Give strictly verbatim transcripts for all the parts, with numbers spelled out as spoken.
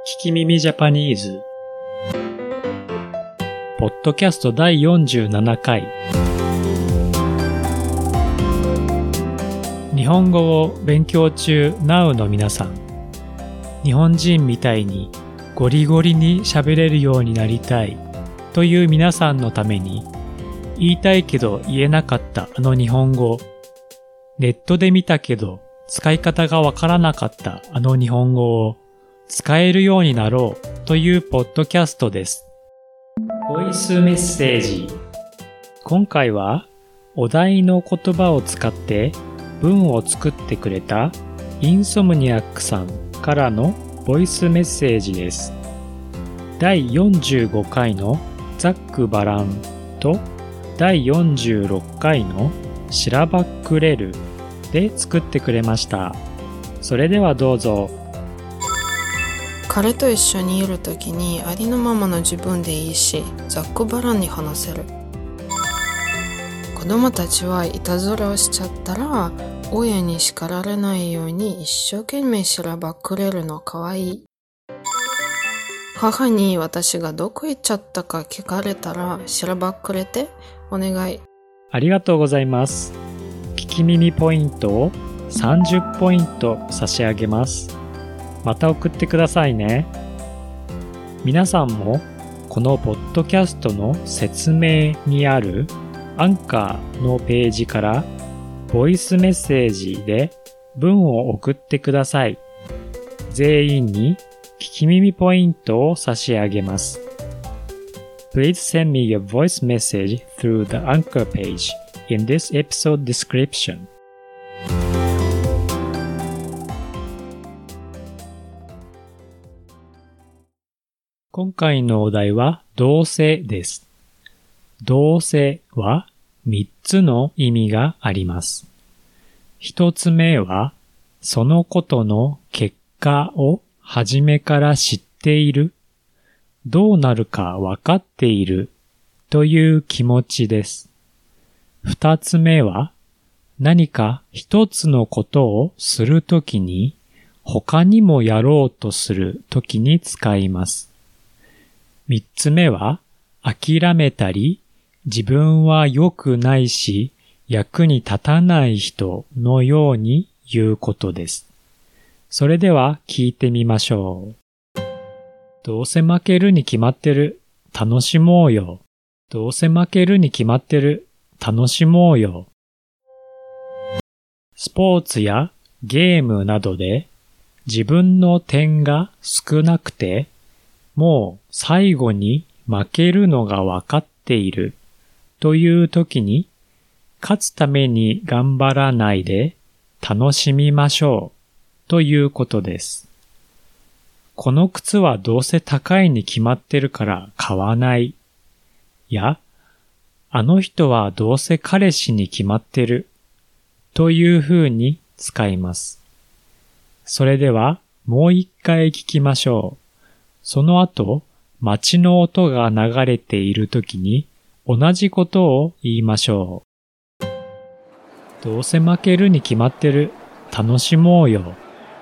き耳ジャパニーズポッドキャストだいよんじゅうななかい。日本語を勉強中 ナウ の皆さん、日本人みたいにゴリゴリに喋れるようになりたいという皆さんのために、言いたいけど言えなかったあの日本語、ネットで見たけど使い方がわからなかったあの日本語を使えるようになろうというポッドキャストです。ボイスメッセージ。今回はお題の言葉を使って文を作ってくれたインソムニアックさんからのボイスメッセージです。だいよんじゅうごかいのザックバランとだいよんじゅうろっかいのしらばっくれるで作ってくれました。それではどうぞ。 彼と一緒にいるときにありのままの自分でいいし、ざっくばらんに話せる。子供たちはいたずらをしちゃったら親に叱られないように一生懸命しらばっくれるのかわいい。母に私がどこ行っちゃったか聞かれたらしらばっくれてお願い。 ありがとうございます。聞き耳ポイントをさんじゅっポイント差し上げます。また送ってくださいね。皆さんもこのポッドキャストの説明にあるアンカーのページからボイスメッセージで文を送ってください。全員に聞き耳ポイントを差し上げます。Please send me your voice message through the Anchor page in this episode description. 今回のお題はどうせです。どうせはみっつの意味があります。ひとつめはそのことの結果を初めから知っている、どうなるかわかっているという気持ちです。二つ目は何か一つのことをするときに他にもやろうとするときに使います。三つ目は諦めたり自分は良くないし役に立たない人のように言うことです。それでは聞いてみましょう。どうせ負けるに決まってる。楽しもうよ。どうせ負けるに決まってる。楽しもうよ。スポーツやゲームなどで自分の点が少なくて、もう最後に負けるのがわかっているという時に、勝つために頑張らないで楽しみましょう。ということです。この靴はどうせ高いに決まってるから買わない。や、あの人はどうせ彼氏に決まってる。というふうに使います。それではもう一回聞きましょう。その後、街の音が流れているときに同じことを言いましょう。どうせ負けるに決まってる。楽しもうよ。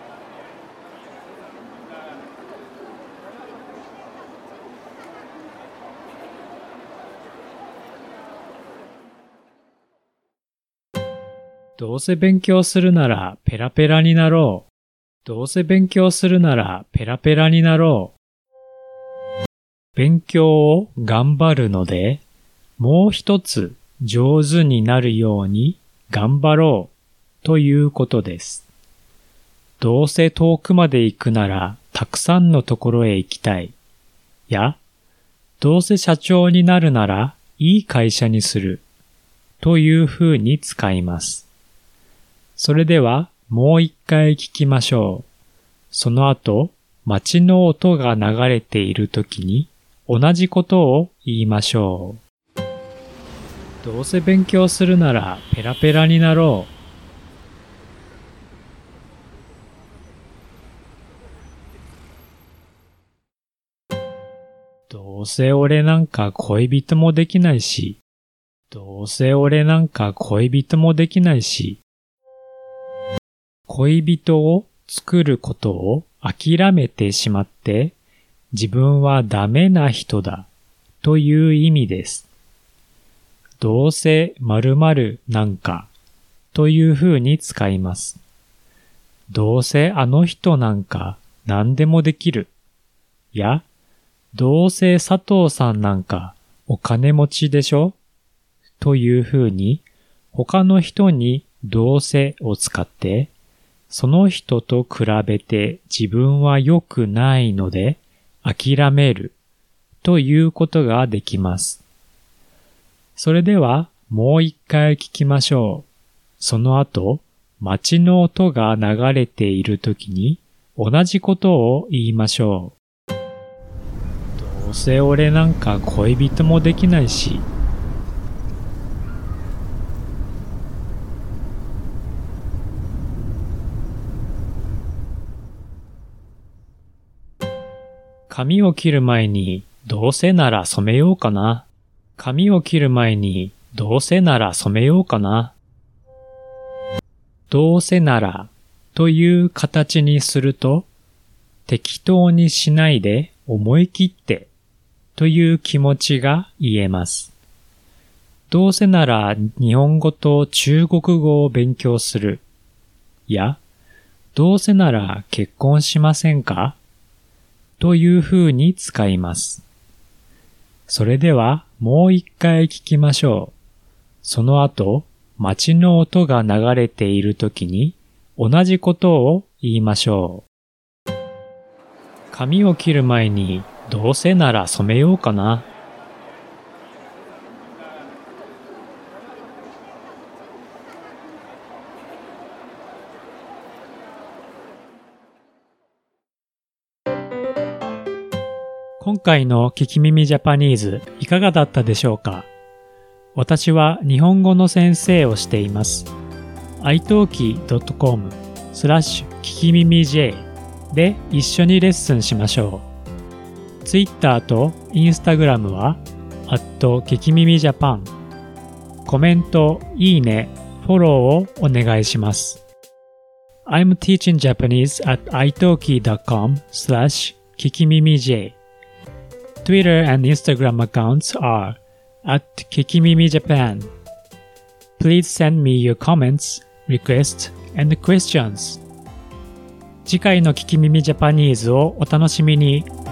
どうせ勉強するならペラペラになろう。どうせ勉強するならペラペラになろう。勉強を頑張るので、もう一つ上手になるように頑張ろうということです。どうせ遠くまで行くならたくさんのところへ行きたい。や、どうせ社長になるならいい会社にするというふうに使います。それではもう一回聞きましょう。その後、街の音が流れているときに同じことを言いましょう。どうせ勉強するならペラペラになろう。どうせ俺なんか恋人もできないし。どうせ俺なんか恋人もできないし。恋人を作ることを諦めてしまって自分はダメな人だという意味です。どうせ〇〇なんかというふうに使います。どうせあの人なんか何でもできる。や、どうせ佐藤さんなんかお金持ちでしょというふうに他の人にどうせを使ってその人と比べて自分は良くないので諦めるということができます。それではもう一回聞きましょう。その後、街の音が流れているときに同じことを言いましょう。どうせ俺なんか恋人もできないし。髪を切る前にどうせなら染めようかな。髪を切る前にどうせなら染めようかな。どうせならという形にすると適当にしないで思い切ってという気持ちが言えます。どうせなら日本語と中国語を勉強する。や、どうせなら結婚しませんかというふうに使います。それではもう一回聞きましょう。その後、街の音が流れているときに同じことを言いましょう。髪を切る前にどうせなら染めようかな。今回の聞き耳ジャパニーズいかがだったでしょうか。私は日本語の先生をしています。アイトーキードットコムスラッシュ聞き耳 J で一緒にレッスンしましょう。Twitter と Instagram はアット聞き耳ジャパン。コメント、いいね、フォローをお願いします。I'm teaching Japanese at アイトーキードットコムスラッシュ聞き耳 J。Twitter and Instagram accounts are at Kikimimi Japan. Please send me your comments, requests, and questions. 次回の聞き耳ジャパニーズをお楽しみに。